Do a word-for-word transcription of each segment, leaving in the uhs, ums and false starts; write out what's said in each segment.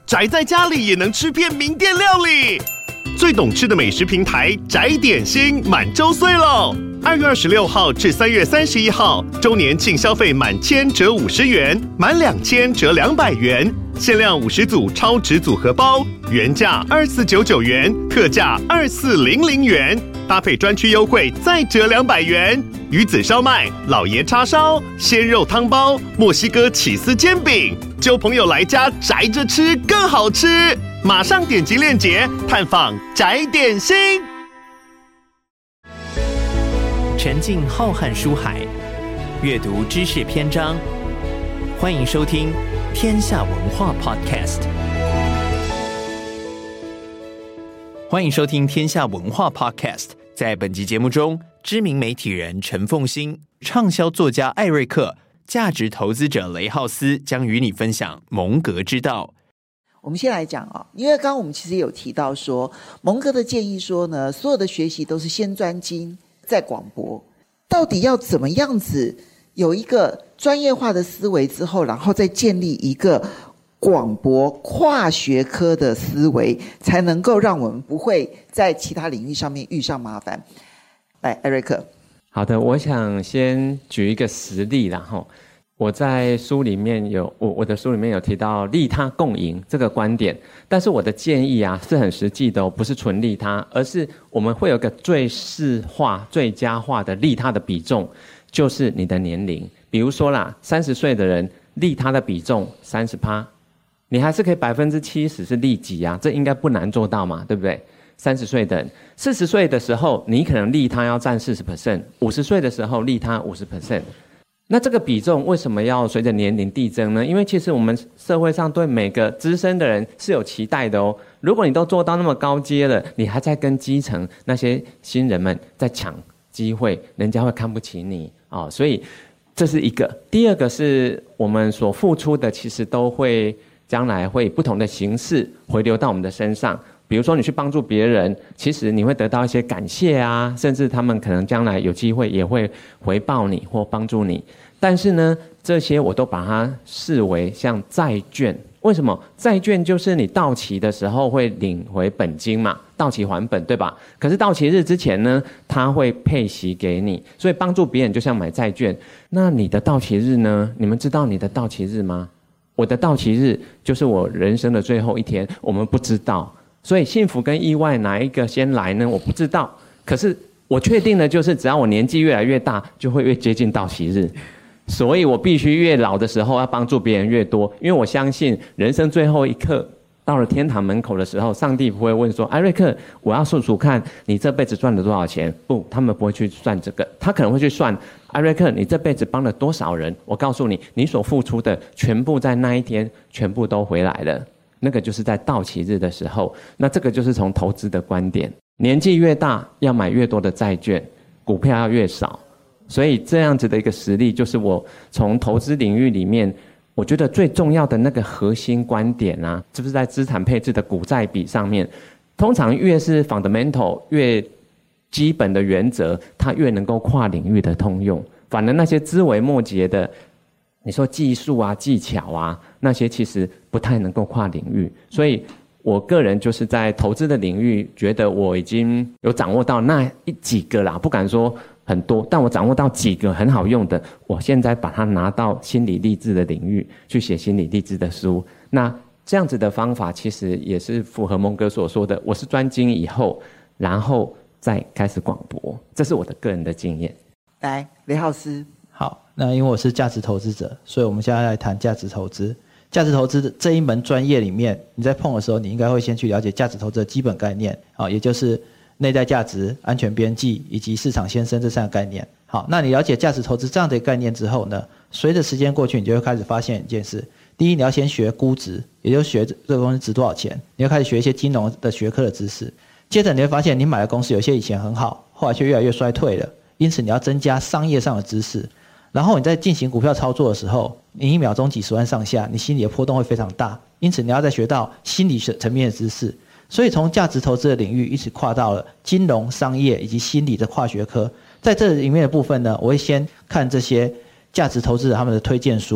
宅在家里也能吃遍名店料理。最懂吃的美食平台宅点心满周岁喽！二月二十六号至三月三十一号，周年庆消费满千折五十元，满两千折两百元，限量五十组超值组合包，原价二四九九元，特价二四零零元，搭配专区优惠再折两百元。鱼子烧麦、老爷叉烧、鲜肉汤包、墨西哥起司煎饼，揪朋友来家宅着吃更好吃。马上点击链接探访宅点心。 沉浸浩瀚书海，阅读知识篇章。欢迎收听天下文化 Podcast。欢迎收听天下文化 Podcast。在本集节目中，知名媒体人陈凤馨、畅销作家艾瑞克、价值投资者雷浩斯将与你分享蒙格之道。 我们先来讲啊，因为刚刚我们其实有提到说，蒙格的建议说呢，所有的学习都是先专精再广博。到底要怎么样子有一个专业化的思维之后，然后再建立一个广博跨学科的思维，才能够让我们不会在其他领域上面遇上麻烦。来，艾瑞克。 好的，我想先举一个实例啦齁。我在书里面有我我的书里面有提到利他共赢这个观点，但是我的建议啊是很实际的哦，不是纯利他，而是我们会有个最适化、最佳化的利他的比重，就是你的年龄。比如说啦，三十岁的人利他的比重三十趴，你还是可以百分之七十是利己啊，这应该不难做到嘛，对不对？三十岁的人，四十岁的时候你可能利他要占四十 percent， 五十岁的时候利他五十 percent。那这个比重为什么要随着年龄递增呢？因为其实我们社会上对每个资深的人是有期待的哦。如果你都做到那么高阶了，你还在跟基层那些新人们在抢机会，人家会看不起你哦。所以这是一个。第二个是我们所付出的，其实都会将来会以不同的形式回流到我们的身上。比如说你去帮助别人，其实你会得到一些感谢啊，甚至他们可能将来有机会也会回报你或帮助你。但是呢，这些我都把它视为像债券。为什么？债券就是你到期的时候会领回本金嘛，到期还本，对吧？可是到期日之前呢，它会配息给你，所以帮助别人就像买债券。那你的到期日呢？你们知道你的到期日吗？我的到期日就是我人生的最后一天，我们不知道。所以幸福跟意外哪一个先来呢？我不知道。可是我确定的就是，只要我年纪越来越大，就会越接近到期日。所以我必须越老的时候要帮助别人越多，因为我相信人生最后一刻到了天堂门口的时候，上帝不会问说，艾瑞克，我要数数看你这辈子赚了多少钱。不，他们不会去算这个，他可能会去算，艾瑞克，你这辈子帮了多少人。我告诉你，你所付出的全部在那一天全部都回来了，那个就是在到期日的时候。那这个就是从投资的观点，年纪越大要买越多的债券，股票要越少。所以这样子的一个实例，就是我从投资领域里面，我觉得最重要的那个核心观点啊，就是在资产配置的股债比上面，通常越是 fundamental 越基本的原则，它越能够跨领域的通用。反而那些枝微末节的，你说技术啊、技巧啊，那些其实不太能够跨领域。所以我个人就是在投资的领域，觉得我已经有掌握到那一几个啦，不敢说很多，但我掌握到几个很好用的，我现在把它拿到心理励志的领域去写心理励志的书。那这样子的方法其实也是符合蒙格所说的，我是专精以后，然后再开始广博，这是我的个人的经验。 来，雷浩斯。 好，那因为我是价值投资者，所以我们现在来谈价值投资。价值投资的这一门专业里面，你在碰的时候，你应该会先去了解价值投资的基本概念，好，也就是内在价值、安全边际以及市场先生这三个概念。好，那你了解价值投资这样的概念之后呢，随着时间过去，你就会开始发现一件事。第一，你要先学估值，也就是学这个公司值多少钱，你要开始学一些金融的学科的知识。接着你会发现，你买的公司有些以前很好，后来却越来越衰退了，因此你要增加商业上的知识。然后你在进行股票操作的时候，你一秒钟几十万上下，你心里的波动会非常大，因此你要再学到心理层面的知识。所以从价值投资的领域一直跨到了金融、商业以及心理的跨学科。在这里面的部分呢，我会先看这些价值投资者他们的推荐书，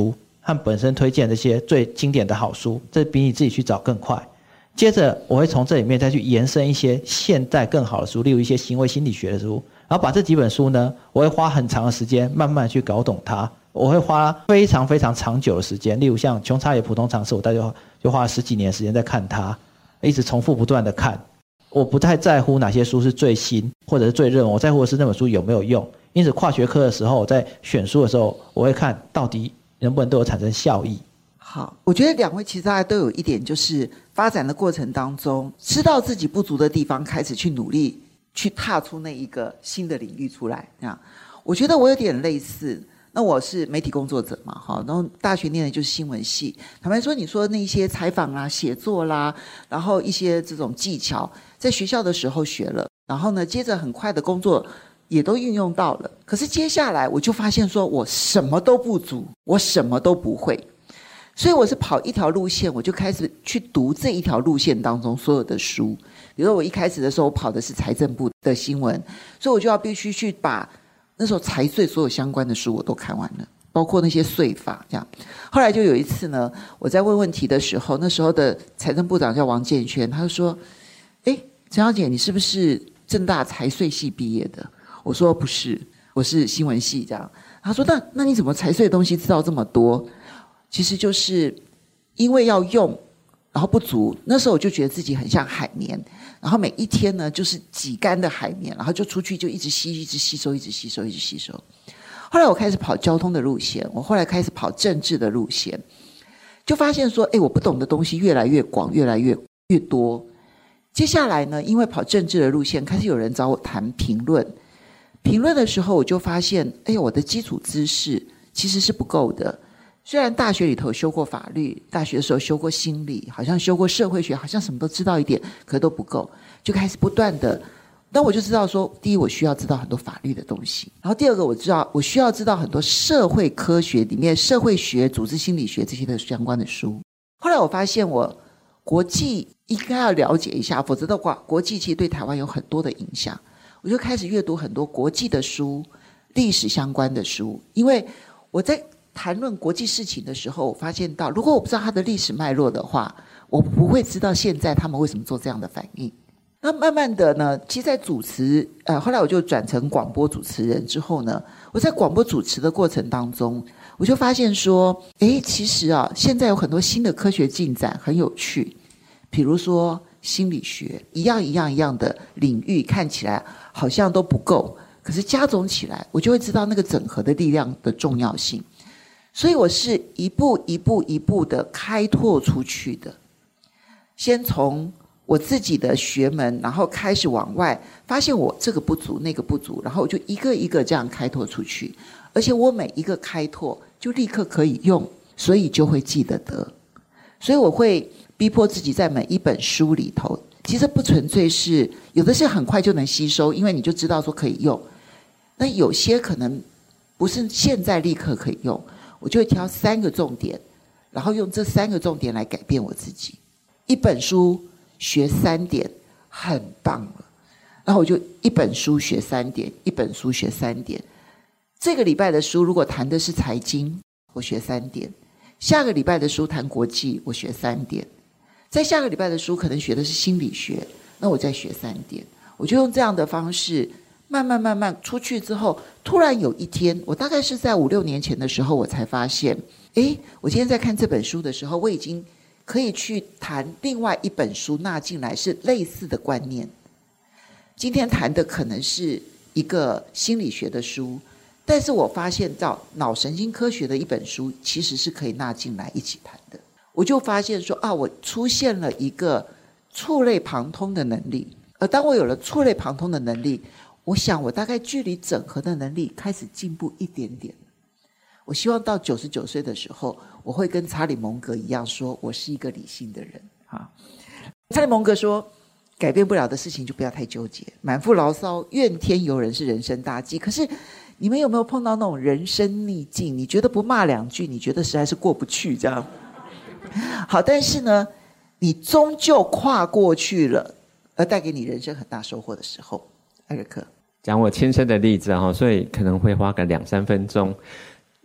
和本身推荐这些最经典的好书，这比你自己去找更快。接着我会从这里面再去延伸一些现代更好的书，例如一些行为心理学的书，然后把这几本书呢，我会花很长的时间慢慢去搞懂它。我会花非常非常长久的时间，例如像《穷查理普通常识》，我大概就就花了十几年的时间在看它，一直重复不断的看。我不太在乎哪些书是最新或者是最热门，我在乎的是那本书有没有用。因此跨学科的时候，我在选书的时候，我会看到底能不能对我产生效益。 好，我觉得两位其实大家都有一点，就是发展的过程当中，知道自己不足的地方，开始去努力去踏出那一个新的领域出来。这样，我觉得我有点类似。那我是媒体工作者嘛，哈，然后大学念的就是新闻系。坦白说，你说那些采访啦、写作啦，然后一些这种技巧，在学校的时候学了，然后呢，接着很快的工作也都运用到了。可是接下来我就发现说，我什么都不足，我什么都不会。所以我是跑一条路线，我就开始去读这一条路线当中所有的书。比如说我一开始的时候，我跑的是财政部的新闻，所以我就要必须去把那时候财税所有相关的书我都看完了，包括那些税法这样。后来就有一次呢，我在问问题的时候，那时候的财政部长叫王建煊，他就说：“哎，陈小姐，你是不是政大财税系毕业的？”我说：“不是，我是新闻系。”这样，他说：“那那你怎么财税的东西知道这么多？”其实就是因为要用，然后不足。那时候我就觉得自己很像海绵，然后每一天呢就是几竿的海绵，然后就出去就一直吸，一直吸收，一直吸收，一直吸收。后来我开始跑交通的路线，我后来开始跑政治的路线，就发现说，哎，我不懂的东西越来越广，越来越越多。接下来呢，因为跑政治的路线，开始有人找我谈评论。评论的时候，我就发现，哎呦，我的基础知识其实是不够的。虽然大学里头有修过法律，大学的时候修过心理，好像修过社会学，好像什么都知道一点，可都不够，就开始不断的。那我就知道说，第一，我需要知道很多法律的东西，然后第二个，我知道我需要知道很多社会科学里面社会学、组织心理学这些的相关的书。后来我发现，我国际应该要了解一下，否则的话，国际其实对台湾有很多的影响。我就开始阅读很多国际的书，历史相关的书，因为我在谈论国际事情的时候，我发现到，如果我不知道它的历史脉络的话，我不会知道现在他们为什么做这样的反应。那慢慢的呢，其实在主持，呃，后来我就转成广播主持人之后呢，我在广播主持的过程当中，我就发现说，诶，其实啊，现在有很多新的科学进展，很有趣。比如说心理学，一样一样一样的领域，看起来好像都不够，可是加总起来，我就会知道那个整合的力量的重要性。所以我是一步一步一步的开拓出去的，先从我自己的学门，然后开始往外发现我这个不足那个不足，然后我就一个一个这样开拓出去，而且我每一个开拓就立刻可以用，所以就会记得得。所以我会逼迫自己在每一本书里头，其实不纯粹是有的是很快就能吸收，因为你就知道说可以用，那有些可能不是现在立刻可以用，我就会挑三个重点，然后用这三个重点来改变我自己。一本书学三点，很棒了。然后我就一本书学三点，一本书学三点。这个礼拜的书如果谈的是财经，我学三点；下个礼拜的书谈国际，我学三点；在下个礼拜的书可能学的是心理学，那我再学三点。我就用这样的方式。慢慢慢慢出去之后，突然有一天，我大概是在五六年前的时候，我才发现，诶，我今天在看这本书的时候，我已经可以去谈另外一本书纳进来是类似的观念。今天谈的可能是一个心理学的书，但是我发现到脑神经科学的一本书其实是可以纳进来一起谈的。我就发现说啊，我出现了一个触类旁通的能力，而当我有了触类旁通的能力，我想我大概距离整合的能力开始进步一点点。我希望到九十九岁的时候，我会跟查理蒙格一样说，我是一个理性的人。查理蒙格说，改变不了的事情就不要太纠结，满腹牢骚怨天尤人是人生大忌。可是你们有没有碰到那种人生逆境，你觉得不骂两句你觉得实在是过不去这样？好，但是呢你终究跨过去了，而带给你人生很大收获的时候。艾瑞克讲我亲身的例子哈，所以可能会花个两三分钟。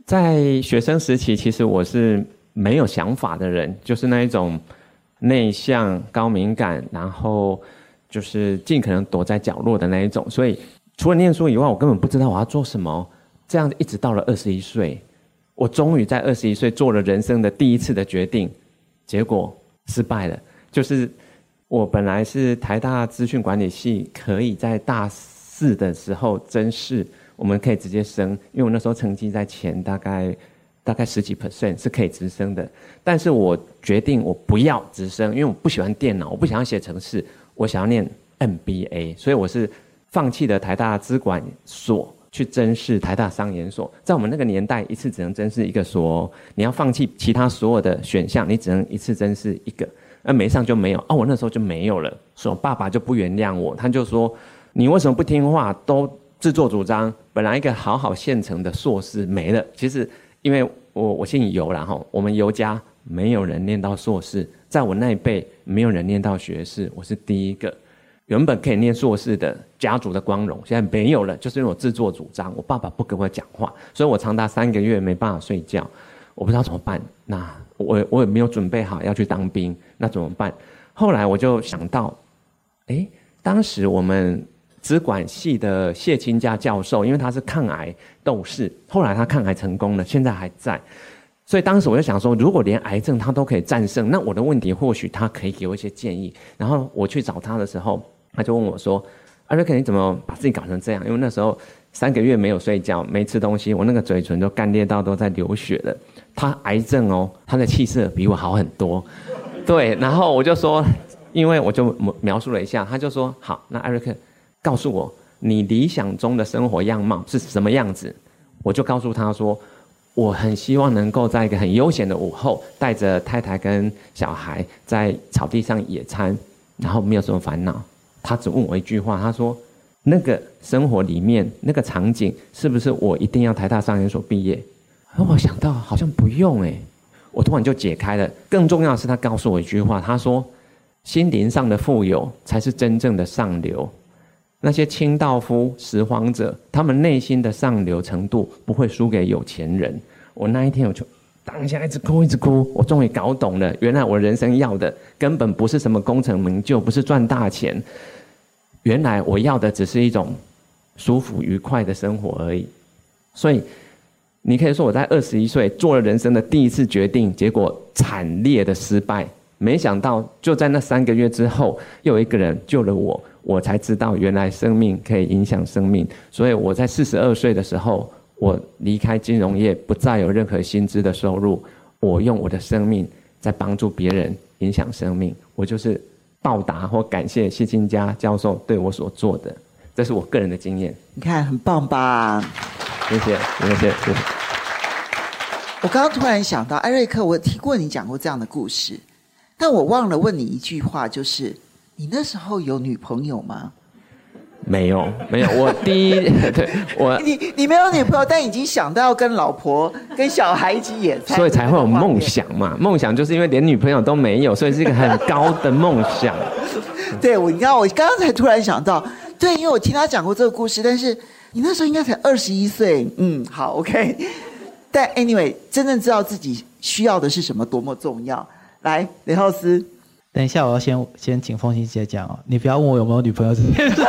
在学生时期，其实我是没有想法的人，就是那一种内向、高敏感，然后就是尽可能躲在角落的那一种。所以除了念书以外，我根本不知道我要做什么。这样一直到了二十一岁，我终于在二十一岁做了人生的第一次的决定，结果失败了。就是我本来是台大资讯管理系，可以在大四的时候甄试，我们可以直接升，因为我那时候成绩在前大概大概十几 percent 是可以直升的。但是我决定我不要直升，因为我不喜欢电脑，我不想要写程式，我想要念 M B A， 所以我是放弃了台大资管所，去甄试台大商研所。在我们那个年代，一次只能甄试一个所，你要放弃其他所有的选项，你只能一次甄试一个，而没上就没有。啊，我那时候就没有了，所以我爸爸就不原谅我，他就说你为什么不听话，都自作主张，本来一个好好现成的硕士没了。其实因为我我姓尤啦齁，我们尤家没有人念到硕士，在我那一辈没有人念到学士，我是第一个。原本可以念硕士的家族的光荣，现在没有了，就是因为我自作主张，我爸爸不跟我讲话，所以我长达三个月没办法睡觉，我不知道怎么办。那我我也没有准备好要去当兵，那怎么办？后来我就想到，哎，当时我们资管系的谢清家教授，因为他是抗癌斗士，后来他抗癌成功了，现在还在。所以当时我就想说，如果连癌症他都可以战胜，那我的问题或许他可以给我一些建议。然后我去找他的时候，他就问我说：“阿瑞克，你怎么把自己搞成这样？”因为那时候三个月没有睡觉，没吃东西，我那个嘴唇都干裂到都在流血了。他癌症哦，他的气色比我好很多。对，然后我就说，因为我就描述了一下，他就说：“好，那阿瑞克，告诉我你理想中的生活样貌是什么样子？”我就告诉他说，我很希望能够在一个很悠闲的午后，带着太太跟小孩在草地上野餐，然后没有什么烦恼。他只问我一句话，他说：“那个生活里面那个场景，是不是我一定要台大商研所毕业？”而我想到好像不用哎，我突然就解开了。更重要的是，他告诉我一句话，他说：“心灵上的富有才是真正的上流。那些清道夫、拾荒者，他们内心的上流程度不会输给有钱人。”我那一天我就当下一直哭一直哭，我终于搞懂了，原来我人生要的根本不是什么功成名就，不是赚大钱，原来我要的只是一种舒服愉快的生活而已。所以你可以说我在二十一岁做了人生的第一次决定，结果惨烈的失败。没想到就在那三个月之后，又有一个人救了我，我才知道原来生命可以影响生命。所以我在四十二岁的时候，我离开金融业，不再有任何薪资的收入，我用我的生命在帮助别人，影响生命。我就是报答或感谢谢清家教授对我所做的，这是我个人的经验。 你看很棒吧？ 谢谢，谢谢，谢谢。 我刚刚突然想到，艾瑞克，我听过你讲过这样的故事，但我忘了问你一句话，就是你那时候有女朋友吗？ 没有，没有。我第一，对我， 你你没有女朋友，但已经想到要跟老婆、跟小孩一起野餐， 所以才会有梦想嘛。梦想就是因为连女朋友都没有，所以是一个很高的梦想。 对，我你看，我刚刚才突然想到，对，因为我听他讲过这个故事，但是你那时候应该才二十一岁，嗯，好 ，OK。但 anyway， 真正知道自己需要的是什么，多么重要。来，雷浩斯。 等一下，我要先先请凤馨姐讲哦，你不要问我有没有女朋友这件事。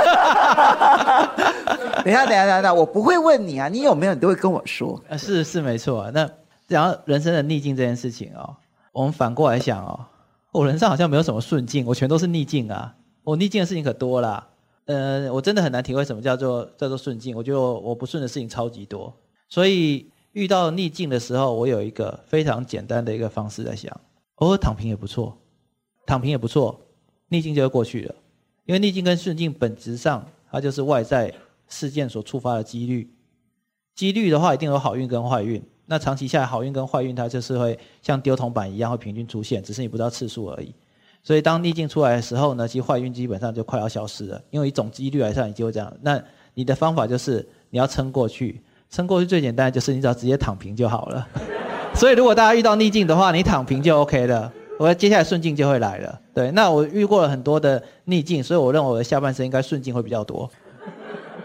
等一下，等一下，等一下，我不会问你啊，你有没有你都会跟我说。 啊，是是没错啊。那讲到人生的逆境这件事情哦，我们反过来想哦，我人生好像没有什么顺境，我全都是逆境啊。我逆境的事情可多啦。呃，我真的很难体会什么叫做叫做顺境。我觉得我我不顺的事情超级多，所以遇到逆境的时候，我有一个非常简单的一个方式在想，偶尔躺平也不错。躺平也不错，逆境就会过去了。因为逆境跟顺境本质上，它就是外在事件所触发的几率。几率的话，一定有好运跟坏运。那长期下来，好运跟坏运它就是会像丢铜板一样，会平均出现，只是你不知道次数而已。所以当逆境出来的时候呢，其实坏运基本上就快要消失了。因为以总几率来算，你就会这样。那你的方法就是你要撑过去，撑过去最简单的就是你只要直接躺平就好了。所以如果大家遇到逆境的话，你躺平就 OK 了。我接下来顺境就会来了。对，那我遇过了很多的逆境，所以我认为我的下半生应该顺境会比较多。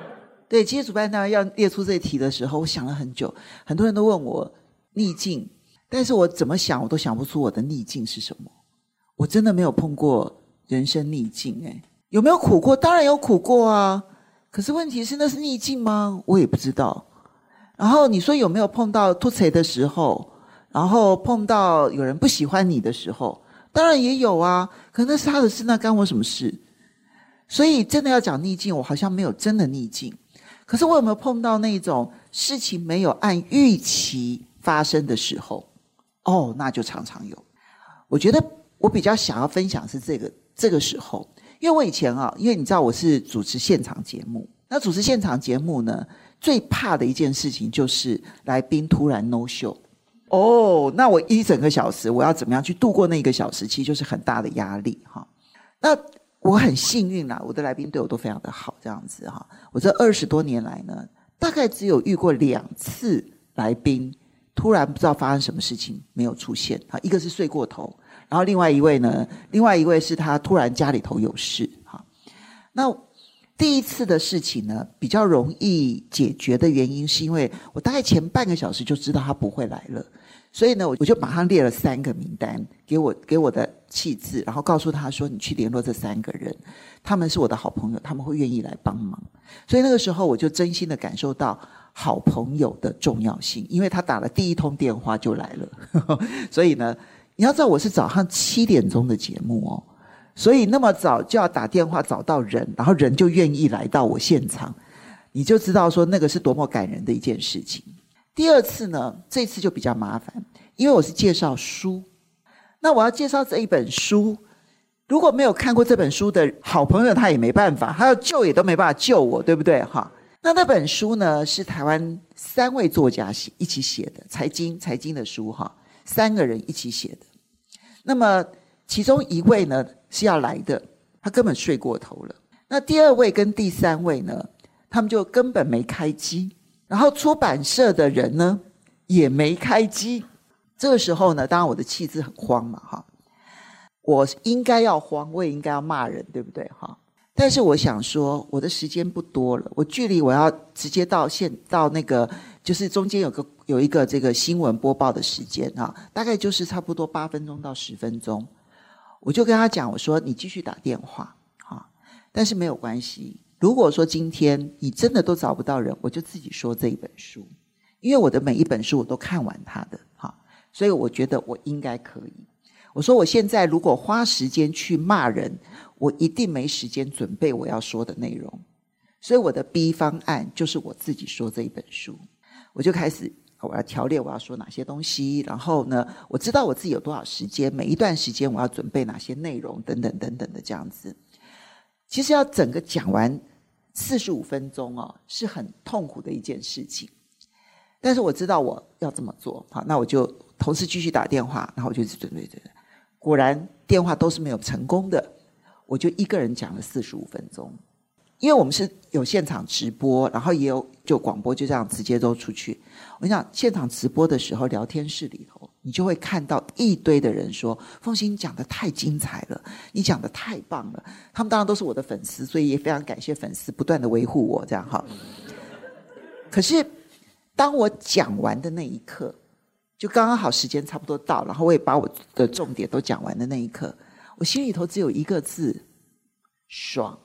对，其实主办单位要列出这一题的时候，我想了很久，很多人都问我逆境，但是我怎么想我都想不出我的逆境是什么。我真的没有碰过人生逆境，诶，有没有苦过？当然有苦过啊，可是问题是那是逆境吗？我也不知道。然后你说有没有碰到突锤的时候，然后碰到有人不喜欢你的时候，当然也有啊，可那是他的事，那干我什么事？所以真的要讲逆境，我好像没有真的逆境。可是我有没有碰到那种事情没有按预期发生的时候？哦，那就常常有。我觉得我比较想要分享是这个这个时候，因为我以前啊，因为你知道我是主持现场节目，那主持现场节目呢，最怕的一件事情就是来宾突然 no show。哦，那我一整个小时我要怎么样去度过那一个小时，其实就是很大的压力哈。那我很幸运啦，我的来宾对我都非常的好，这样子哈。我这二十多年来呢，大概只有遇过两次来宾突然不知道发生什么事情没有出现哈，一个是睡过头，然后另外一位呢，另外一位是他突然家里头有事哈。那第一次的事情呢，比较容易解决的原因是因为我大概前半个小时就知道他不会来了，所以呢，我就马上列了三个名单给我给我的妻子，然后告诉他说，你去联络这三个人，他们是我的好朋友，他们会愿意来帮忙。所以那个时候我就真心的感受到好朋友的重要性，因为他打了第一通电话就来了。所以呢，你要知道我是早上七点钟的节目哦，所以那么早就要打电话找到人，然后人就愿意来到我现场，你就知道说那个是多么感人的一件事情。第二次呢，这次就比较麻烦，因为我是介绍书，那我要介绍这一本书，如果没有看过这本书的好朋友，他也没办法，他要救也都没办法救我，对不对哈？那那本书呢，是台湾三位作家写一起写的，财经财经的书哈，三个人一起写的。那么其中一位呢是要来的，他根本睡过头了。那第二位跟第三位呢，他们就根本没开机，然后出版社的人呢也没开机。这个时候呢，当然我的气质很慌嘛哈，我应该要慌，我也应该要骂人，对不对哈？但是我想说，我的时间不多了，我距离我要直接到现到那个，就是中间有个有一个这个新闻播报的时间啊，大概就是差不多八分钟到十分钟。我就跟他讲，我说你继续打电话啊，但是没有关系。如果说今天你真的都找不到人，我就自己说这一本书，因为我的每一本书我都看完它的哈，所以我觉得我应该可以。我说我现在如果花时间去骂人，我一定没时间准备我要说的内容，所以我的 B 方案就是我自己说这一本书。我就开始我要条列我要说哪些东西，然后呢，我知道我自己有多少时间，每一段时间我要准备哪些内容等等等等的这样子。其实要整个讲完四十五分钟哦，是很痛苦的一件事情。但是我知道我要这么做，好，那我就同时继续打电话，然后我就准备准备。果然电话都是没有成功的，我就一个人讲了四十五分钟。因为我们是有现场直播，然后也有就广播，就这样直接都出去。我跟你讲，现场直播的时候，聊天室里头，你就会看到一堆的人说：“凤馨讲得太精彩了，你讲得太棒了。”他们当然都是我的粉丝，所以也非常感谢粉丝不断的维护我这样哈。可是当我讲完的那一刻，就刚刚好时间差不多到，然后我也把我的重点都讲完的那一刻，我心里头只有一个字：爽。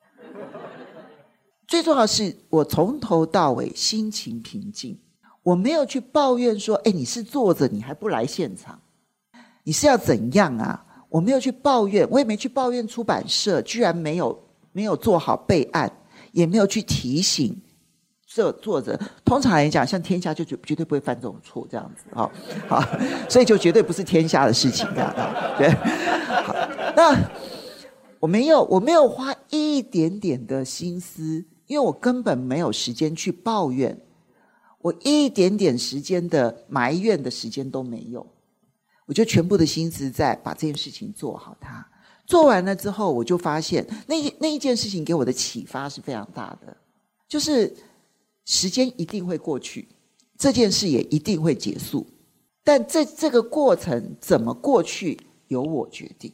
最重要的是我从头到尾心情平静，我没有去抱怨说，哎，你是作者你还不来现场，你是要怎样啊？我没有去抱怨，我也没去抱怨出版社居然没有没有做好备案，也没有去提醒这作者。通常来讲，像天下就绝绝对不会犯这种错，这样子，好，好，所以就绝对不是天下的事情，这样对。好，那我没有，我没有花一点点的心思。因为我根本没有时间去抱怨，我一点点时间的埋怨的时间都没有，我就全部的心思在把这件事情做好它。做完了之后，我就发现那那一件事情给我的启发是非常大的，就是时间一定会过去，这件事也一定会结束，但这这个过程怎么过去由我决定。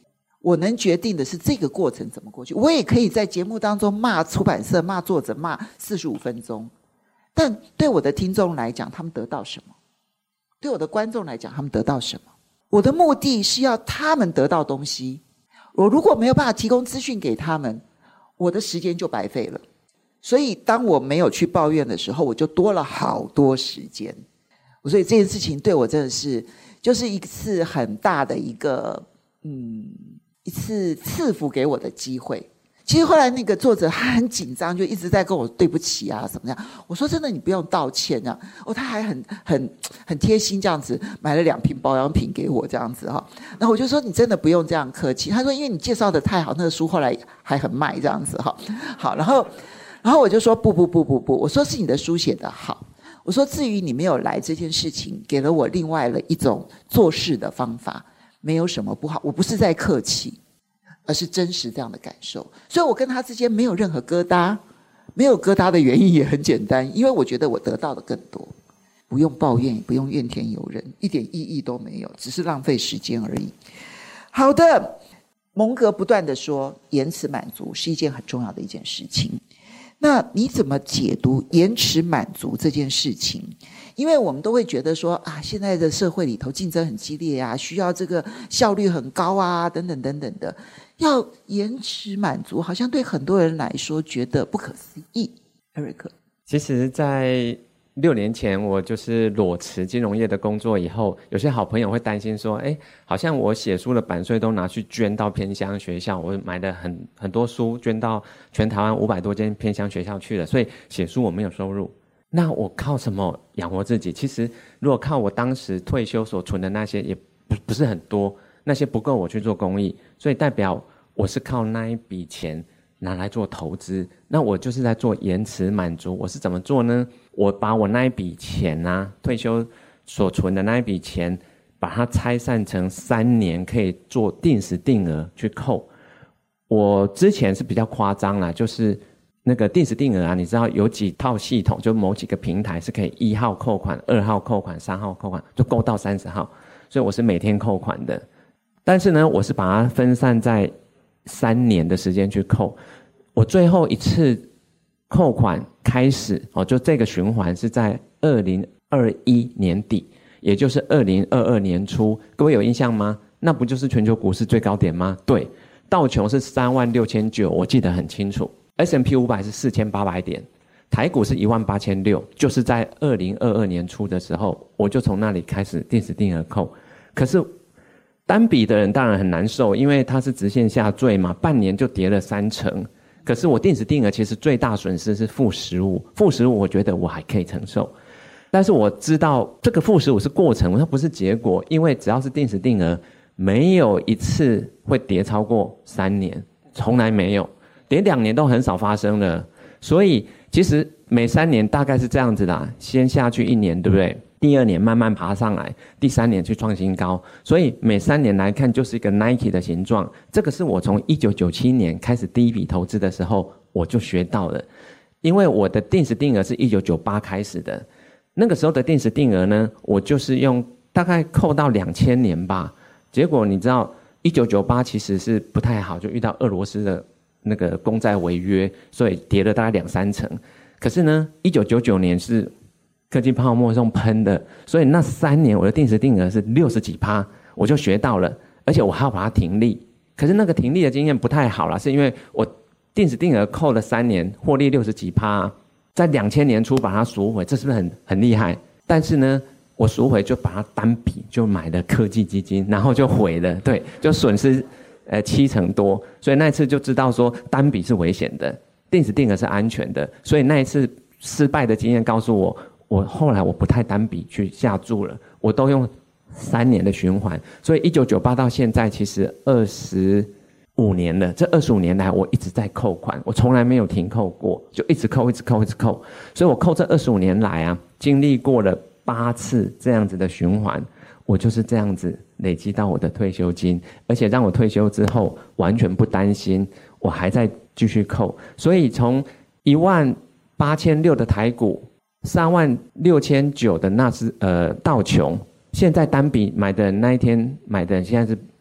我能决定的是这个过程怎么过去。我也可以在节目当中骂出版社、骂作者、骂四十五分钟，但对我的听众来讲，他们得到什么？对我的观众来讲，他们得到什么？我的目的是要他们得到东西。我如果没有办法提供资讯给他们，我的时间就白费了。所以当我没有去抱怨的时候，我就多了好多时间。所以这件事情对我真的是就是一次很大的一个嗯一次赐福给我的机会。其实后来那个作者他很紧张，就一直在跟我对不起啊什么样。我说真的，你不用道歉啊。哦，他还很很很贴心这样子买了两瓶保养品给我这样子哈。然后我就说你真的不用这样客气。他说因为你介绍的太好，那个书后来还很卖这样子哈。好，然后然后我就说不不不不不，我说是你的书写得好。我说至于你没有来这件事情，给了我另外的一种做事的方法，没有什么不好。我不是在客气。而是真实这样的感受，所以我跟他之间没有任何疙瘩。没有疙瘩的原因也很简单，因为我觉得我得到的更多。不用抱怨，也不用怨天尤人，一点意义都没有，只是浪费时间而已。好的，蒙格不断的说延迟满足是一件很重要的一件事情。那你怎么解读延迟满足这件事情？因为我们都会觉得说啊，现在的社会里头竞争很激烈啊，需要这个效率很高啊，等等等等的，要延迟满足，好像对很多人来说觉得不可思议。Eric， 其实在六年前我就是裸辞金融业的工作以后，有些好朋友会担心说，哎，好像我写书的版税都拿去捐到偏乡学校，我买了很很多书捐到全台湾五百多间偏乡学校去了，所以写书我没有收入。那我靠什么养活自己？其实如果靠我当时退休所存的那些也不不是很多，那些不够我去做公益，所以代表我是靠那一笔钱拿来做投资。那我就是在做延迟满足。我是怎么做呢？我把我那一笔钱啊，退休所存的那一笔钱，把它拆散成三年可以做定时定额去扣。我之前是比较夸张啦，就是那个定时定额啊，你知道有几套系统，就某几个平台是可以一号扣款、二号扣款、三号扣款，就够到三十号，所以我是每天扣款的。但是呢，我是把它分散在三年的时间去扣。我最后一次扣款开始哦，就这个循环是在二零二一年底，也就是二零二二年初。各位有印象吗？那不就是全球股市最高点吗？对，道琼是三万六千九，我记得很清楚。S and P 五百是四千八百点，台股是一万八千六，就是在二零二二年初的时候，我就从那里开始定时定额扣。可是单笔的人当然很难受，因为它是直线下坠嘛，半年就跌了三成。可是我定时定额其实最大损失是负十五，负十五我觉得我还可以承受。但是我知道这个负十五是过程，它不是结果，因为只要是定时定额，没有一次会跌超过三年，从来没有。跌两年都很少发生了，所以其实每三年大概是这样子啦，先下去一年，对不对？第二年慢慢爬上来，第三年去创新高，所以每三年来看就是一个 Nike 的形状。这个是我从一九九七年开始第一笔投资的时候我就学到了，因为我的定时定额是一九九八开始的，那个时候的定时定额呢，我就是用大概扣到两千年吧。结果你知道一九九八其实是不太好，就遇到俄罗斯的那个公债违约，所以跌了大概两三成。可是呢一九九九年是科技泡沫用喷的，所以那三年我的定时定额是六十几趴，我就学到了，而且我还要把它停利。可是那个停利的经验不太好啦，是因为我定时定额扣了三年，获利六十几趴，在两千年初把它赎回，这是不是很很厉害？但是呢我赎回就把它单笔就买了科技基金，然后就毁了，对，就损失呃七成多。所以那一次就知道说单笔是危险的，定时定额是安全的。所以那一次失败的经验告诉我，我后来我不太单笔去下注了，我都用三年的循环。所以一九九八到现在其实二十五年了，这二十五年来我一直在扣款，我从来没有停扣过，就一直扣一直扣一直扣。所以我扣这二十五年来啊，经历过了八次这样子的循环，我就是这样子累积到我的退休金，而且让我退休之后完全不担心，我还在继续扣。所以从一万八千六的台股，三万六千九的纳斯呃道琼，现在单笔买的人那一天买的人现在是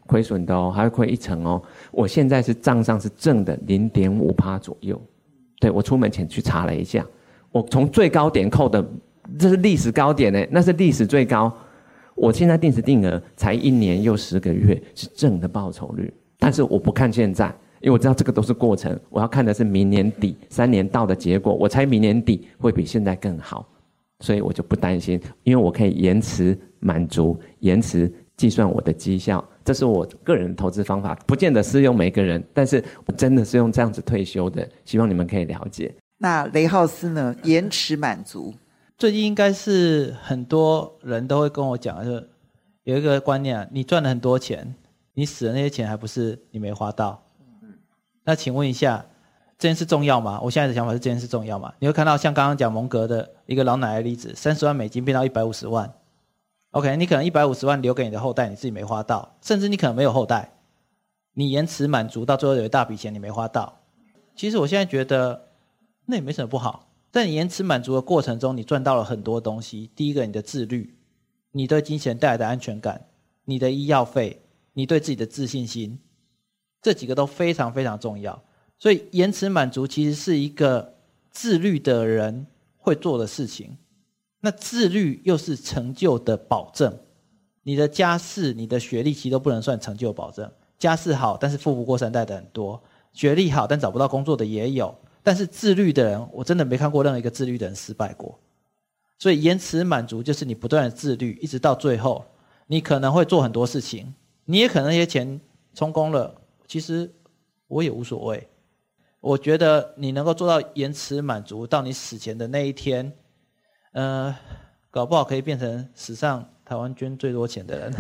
亏损的哦，还会亏一成哦。我现在是账上是正的 零点五 左右。对，我出门前去查了一下，我从最高点扣的，这是历史高点呢，那是历史最高。我现在定时定额才一年又十个月是正的报酬率，但是我不看现在，因为我知道这个都是过程，我要看的是明年底三年到的结果，我猜明年底会比现在更好，所以我就不担心，因为我可以延迟满足，延迟计算我的绩效，这是我个人的投资方法，不见得适用每个人，但是我真的是用这样子退休的，希望你们可以了解。 那雷浩斯呢？延迟满足。 最近应该是很多人都会跟我讲，就是有一个观念啊，你赚了很多钱，你死的那些钱还不是你没花到？那请问一下，这件事重要吗？我现在的想法是这件事重要吗？你会看到像刚刚讲蒙格的一个老奶奶的例子，三十万美金变到一百五十万 ，OK， 你可能一百五十万留给你的后代，你自己没花到，甚至你可能没有后代，你延迟满足到最后有一大笔钱你没花到。其实我现在觉得那也没什么不好。在你延迟满足的过程中，你赚到了很多东西。第一个，你的自律，你对金钱带来的安全感，你的医药费，你对自己的自信心，这几个都非常非常重要。所以延迟满足其实是一个自律的人会做的事情。那自律又是成就的保证。你的家世、你的学历其实都不能算成就保证。家世好，但是富不过三代的很多；学历好，但找不到工作的也有。但是自律的人，我真的没看过任何一个自律的人失败过。所以延迟满足就是你不断的自律，一直到最后，你可能会做很多事情，你也可能那些钱充公了，其实我也无所谓。我觉得你能够做到延迟满足到你死前的那一天，呃，搞不好可以变成史上台湾捐最多钱的人。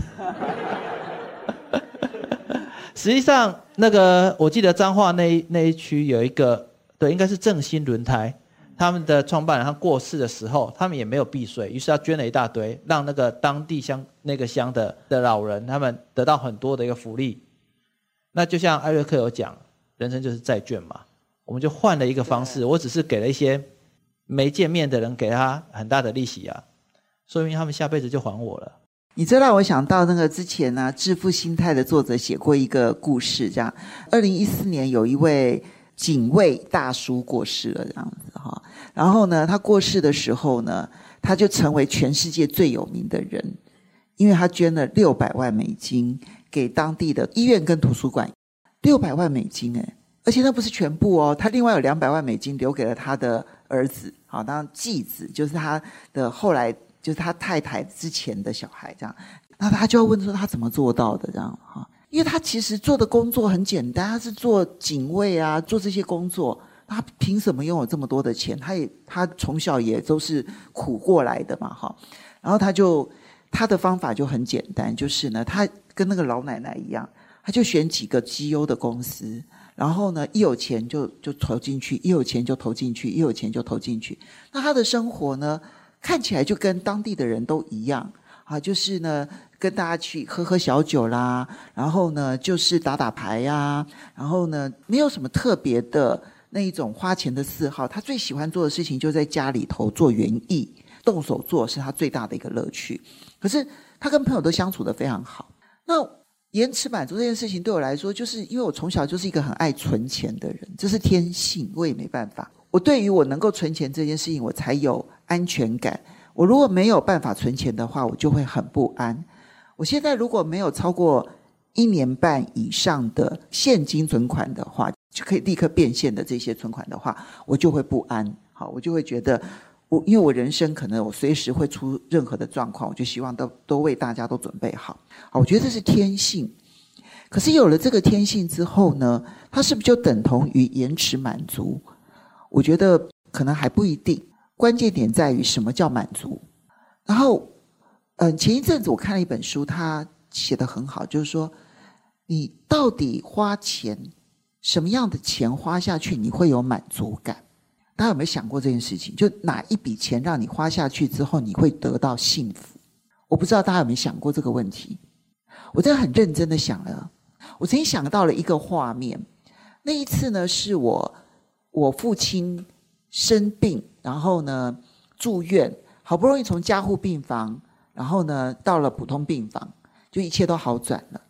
实际上，那个我记得彰化那一那一区有一个。对，应该是正兴轮胎，他们的创办人他过世的时候，他们也没有避税，于是他捐了一大堆，让那个当地乡那个乡的的老人他们得到很多的一个福利。那就像艾瑞克有讲，人生就是债券嘛，我们就换了一个方式，我只是给了一些没见面的人给他很大的利息啊，说明他们下辈子就还我了。 你这让我想到那个之前呢、啊，《致富心态》的作者写过一个故事，这样，二零一四年有一位警卫大叔过世了，这样子哈。然后呢，他过世的时候呢，他就成为全世界最有名的人，因为他捐了六百万美金给当地的医院跟图书馆。六百万美金哎，而且那不是全部哦，他另外有两百万美金留给了他的儿子，好，当然继子就是他的后来就是他太太之前的小孩这样。那他就要问说他怎么做到的这样哈。因为他其实做的工作很简单，他是做警卫啊，做这些工作，他凭什么拥有这么多的钱？他也他从小也都是苦过来的嘛，哈。然后他就他的方法就很简单，就是呢，他跟那个老奶奶一样，他就选几个绩优的公司，然后呢，一有钱就就投进去，一有钱就投进去，一有钱就投进去。那他的生活呢，看起来就跟当地的人都一样啊，就是呢。跟大家去喝喝小酒啦，然后呢就是打打牌呀、啊，然后呢没有什么特别的那一种花钱的嗜好。他最喜欢做的事情就在家里头做园艺，动手做是他最大的一个乐趣。可是他跟朋友都相处得非常好。那延迟满足这件事情对我来说，就是因为我从小就是一个很爱存钱的人，这是天性，我也没办法。我对于我能够存钱这件事情，我才有安全感。我如果没有办法存钱的话，我就会很不安。我现在如果没有超过一年半以上的现金存款的话，就可以立刻变现的这些存款的话，我就会不安。好，我就会觉得我因为我人生可能我随时会出任何的状况，我就希望都都为大家都准备好。好，我觉得这是天性。可是有了这个天性之后呢，它是不是就等同于延迟满足？我觉得可能还不一定。关键点在于什么叫满足。然后嗯，前一阵子我看了一本书，他写得很好，就是说你到底花钱什么样的钱花下去你会有满足感？大家有没有想过这件事情？就哪一笔钱让你花下去之后你会得到幸福？我不知道大家有没有想过这个问题。我真的很认真的想了，我曾经想到了一个画面。那一次呢，是我我父亲生病，然后呢住院，好不容易从加护病房然后呢到了普通病房，就一切都好转了。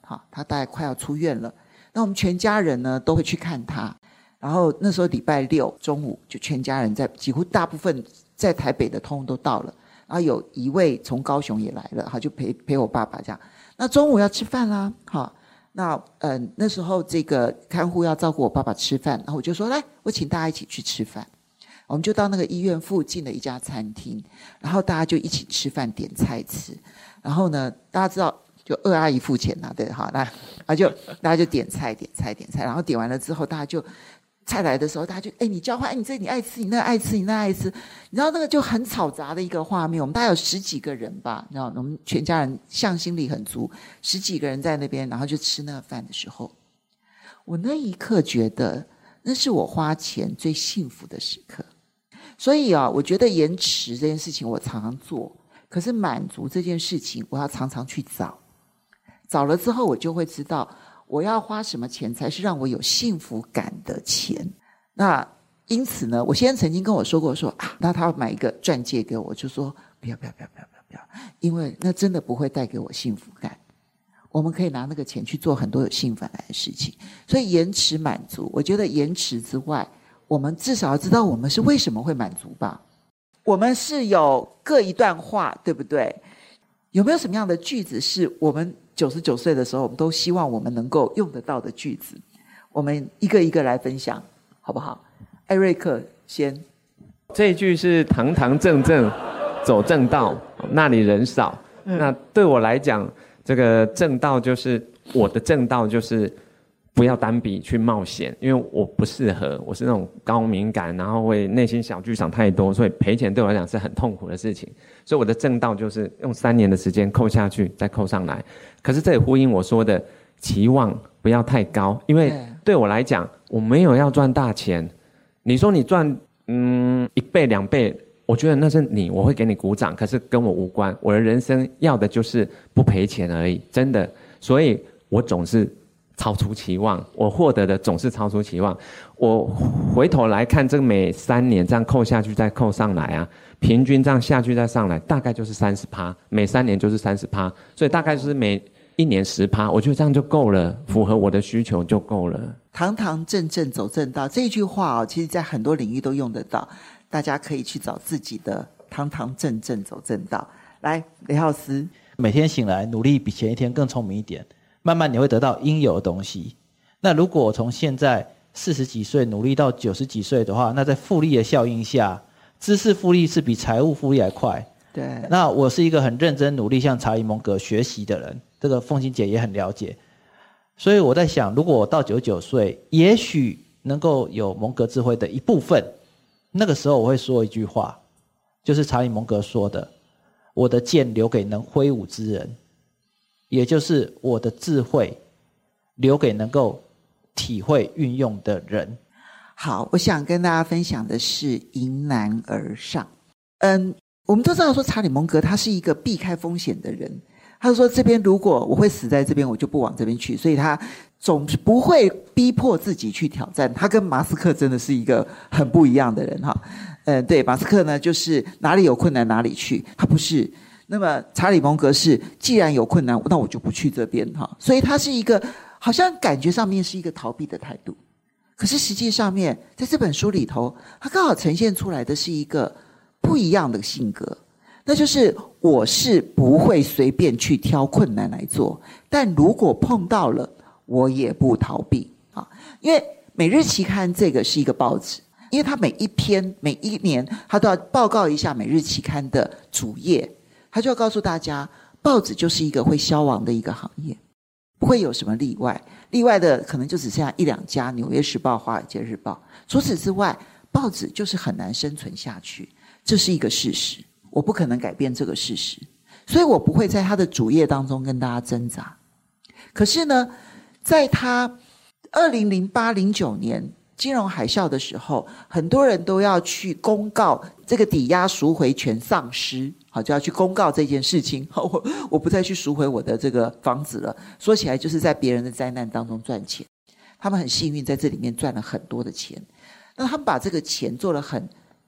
哈，他大概快要出院了。那我们全家人呢都会去看他，然后那时候礼拜六中午就全家人在，几乎大部分在台北的通通都到了，然后有一位从高雄也来了，哈，就陪陪我爸爸这样。那中午要吃饭啦，哈，那呃那时候这个看护要照顾我爸爸吃饭，然后我就说来，我请大家一起去吃饭。我们就到那个医院附近的一家餐厅，然后大家就一起吃饭点菜吃。然后呢，大家知道就二阿姨付钱啦，对，好，那啊就大家就点菜点菜点菜，然后点完了之后，大家就菜来的时候，大家就哎你交换，哎你这你爱吃，你那爱吃，你那爱吃，你知道那个就很吵杂的一个画面。我们大概有十几个人吧，你知道，我们全家人向心力很足，十几个人在那边，然后就吃那个饭的时候，我那一刻觉得那是我花钱最幸福的时刻。所以啊，我觉得延迟这件事情我常常做，可是满足这件事情我要常常去找，找了之后我就会知道我要花什么钱才是让我有幸福感的钱。那因此呢，我先生曾经跟我说过说啊，那他要买一个钻戒给我，我就说不要不要不要不要不要不要，因为那真的不会带给我幸福感。我们可以拿那个钱去做很多有幸福感的事情。所以延迟满足，我觉得延迟之外，我们至少要知道我们是为什么会满足吧。我们是有各一段话，对不对？有没有什么样的句子是我们九十九岁的时候我们都希望我们能够用得到的句子？我们一个一个来分享好不好？艾瑞克先。 这一句是堂堂正正走正道，那里人少、嗯、那对我来讲，这个正道就是我的正道就是不要单笔去冒险，因为我不适合，我是那种高敏感，然后会内心小剧场太多，所以赔钱对我来讲是很痛苦的事情。所以我的正道就是用三年的时间扣下去，再扣上来。可是这也呼应我说的期望不要太高，因为对我来讲，我没有要赚大钱。你说你赚嗯一倍两倍，我觉得那是你，我会给你鼓掌，可是跟我无关。我的人生要的就是不赔钱而已，真的。所以我总是超出期望，我获得的总是超出期望。我回头来看，这个每三年这样扣下去再扣上来啊，平均这样下去再上来，大概就是三十趴，每三年就是三十趴，所以大概就是每一年十趴，我觉得这样就够了，符合我的需求就够了。 堂堂正正走正道这句话哦，其实在很多领域都用得到，大家可以去找自己的堂堂正正走正道。来，雷浩斯， 每天醒来努力比前一天更聪明一点，慢慢你会得到应有的东西。那如果我从现在四十几岁努力到九十几岁的话，那在复利的效应下，知识复利是比财务复利还快。 对， 那我是一个很认真努力向查理蒙格学习的人，这个凤馨姐也很了解。所以我在想，如果我到九十九岁，也许能够有蒙格智慧的一部分，那个时候我会说一句话，就是查理蒙格说的，我的剑留给能挥舞之人，也就是我的智慧留给能够体会运用的人。 好，我想跟大家分享的是迎难而上。嗯，我们都知道说查理蒙格他是一个避开风险的人，他说这边如果我会死在这边，我就不往这边去，所以他总不会逼迫自己去挑战。他跟马斯克真的是一个很不一样的人哈。嗯，对，马斯克呢就是哪里有困难哪里去，他不是。那么查理蒙格是既然有困难，那我就不去这边哈。所以他是一个好像感觉上面是一个逃避的态度，可是实际上面在这本书里头，他刚好呈现出来的是一个不一样的性格。那就是我是不会随便去挑困难来做，但如果碰到了，我也不逃避啊。因为每日期刊这个是一个报纸，因为它每一篇每一年它都要报告一下每日期刊的主页，它就要告诉大家，报纸就是一个会消亡的一个行业，不会有什么例外，例外的可能就只剩下一两家，纽约时报、华尔街日报。除此之外，报纸就是很难生存下去，这是一个事实。我不可能改变这个事实，所以我不会在他的主页当中跟大家挣扎。可是呢，在他二零零八零九年金融海啸的时候，很多人都要去公告这个抵押赎回权丧失，好，就要去公告这件事情。我我不再去赎回我的这个房子了。说起来就是在别人的灾难当中赚钱，他们很幸运在这里面赚了很多的钱。那他们把这个钱做了很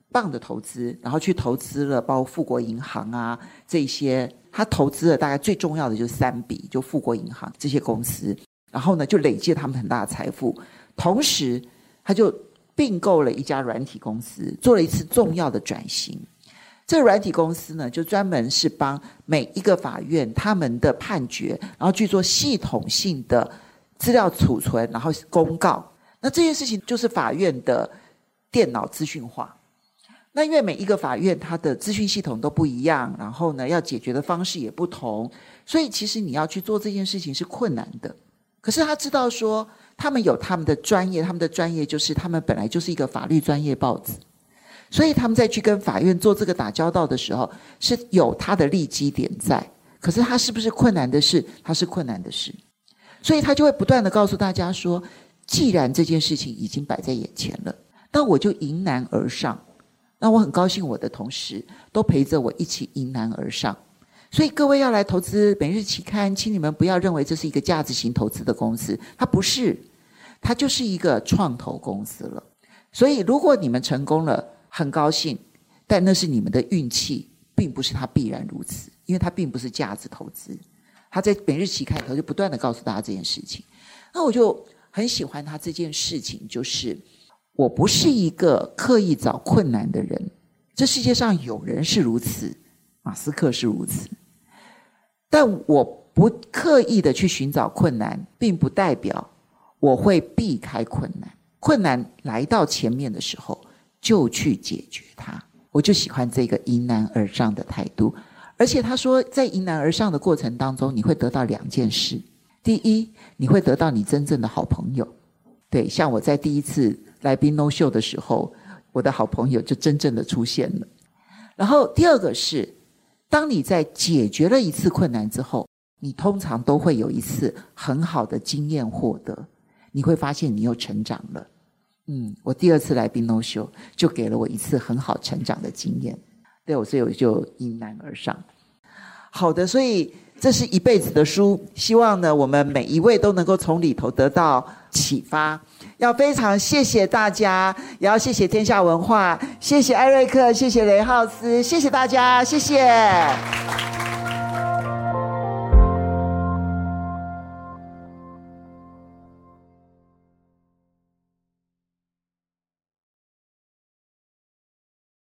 棒的投资，然后去投资了包括富国银行啊这些，他投资了大概最重要的就是三笔，就富国银行这些公司，然后呢就累积了他们很大的财富，同时他就并购了一家软体公司，做了一次重要的转型。这个软体公司呢就专门是帮每一个法院他们的判决然后去做系统性的资料储存，然后公告。那这件事情就是法院的电脑资讯化。那因为每一个法院它的资讯系统都不一样，然后呢要解决的方式也不同，所以其实你要去做这件事情是困难的。可是他知道说他们有他们的专业，他们的专业就是他们本来就是一个法律专业报纸，所以他们在去跟法院做这个打交道的时候是有他的利基点在。可是他是不是困难的事？他是困难的事，所以他就会不断的告诉大家说，既然这件事情已经摆在眼前了，那我就迎难而上。那我很高兴我的同事都陪着我一起迎难而上。所以各位要来投资每日期刊，请你们不要认为这是一个价值型投资的公司，它不是，它就是一个创投公司了。所以如果你们成功了，很高兴，但那是你们的运气，并不是它必然如此，因为它并不是价值投资。他在每日期刊里头就不断的告诉大家这件事情。那我就很喜欢他这件事情，就是我不是一个刻意找困难的人，这世界上有人是如此，马斯克是如此，但我不刻意的去寻找困难，并不代表我会避开困难。困难来到前面的时候就去解决它。我就喜欢这个迎难而上的态度。而且他说在迎难而上的过程当中，你会得到两件事。第一，你会得到你真正的好朋友。对，像我在第一次来宾 no show 的时候，我的好朋友就真正的出现了。然后第二个是，当你在解决了一次困难之后，你通常都会有一次很好的经验获得，你会发现你又成长了。嗯，我第二次来宾 no show 就给了我一次很好成长的经验。对，所以我就迎难而上。好的，所以这是一辈子的书，希望呢我们每一位都能够从里头得到启发。要非常谢谢大家，也要谢谢天下文化，谢谢艾瑞克，谢谢雷浩斯，谢谢大家，谢谢。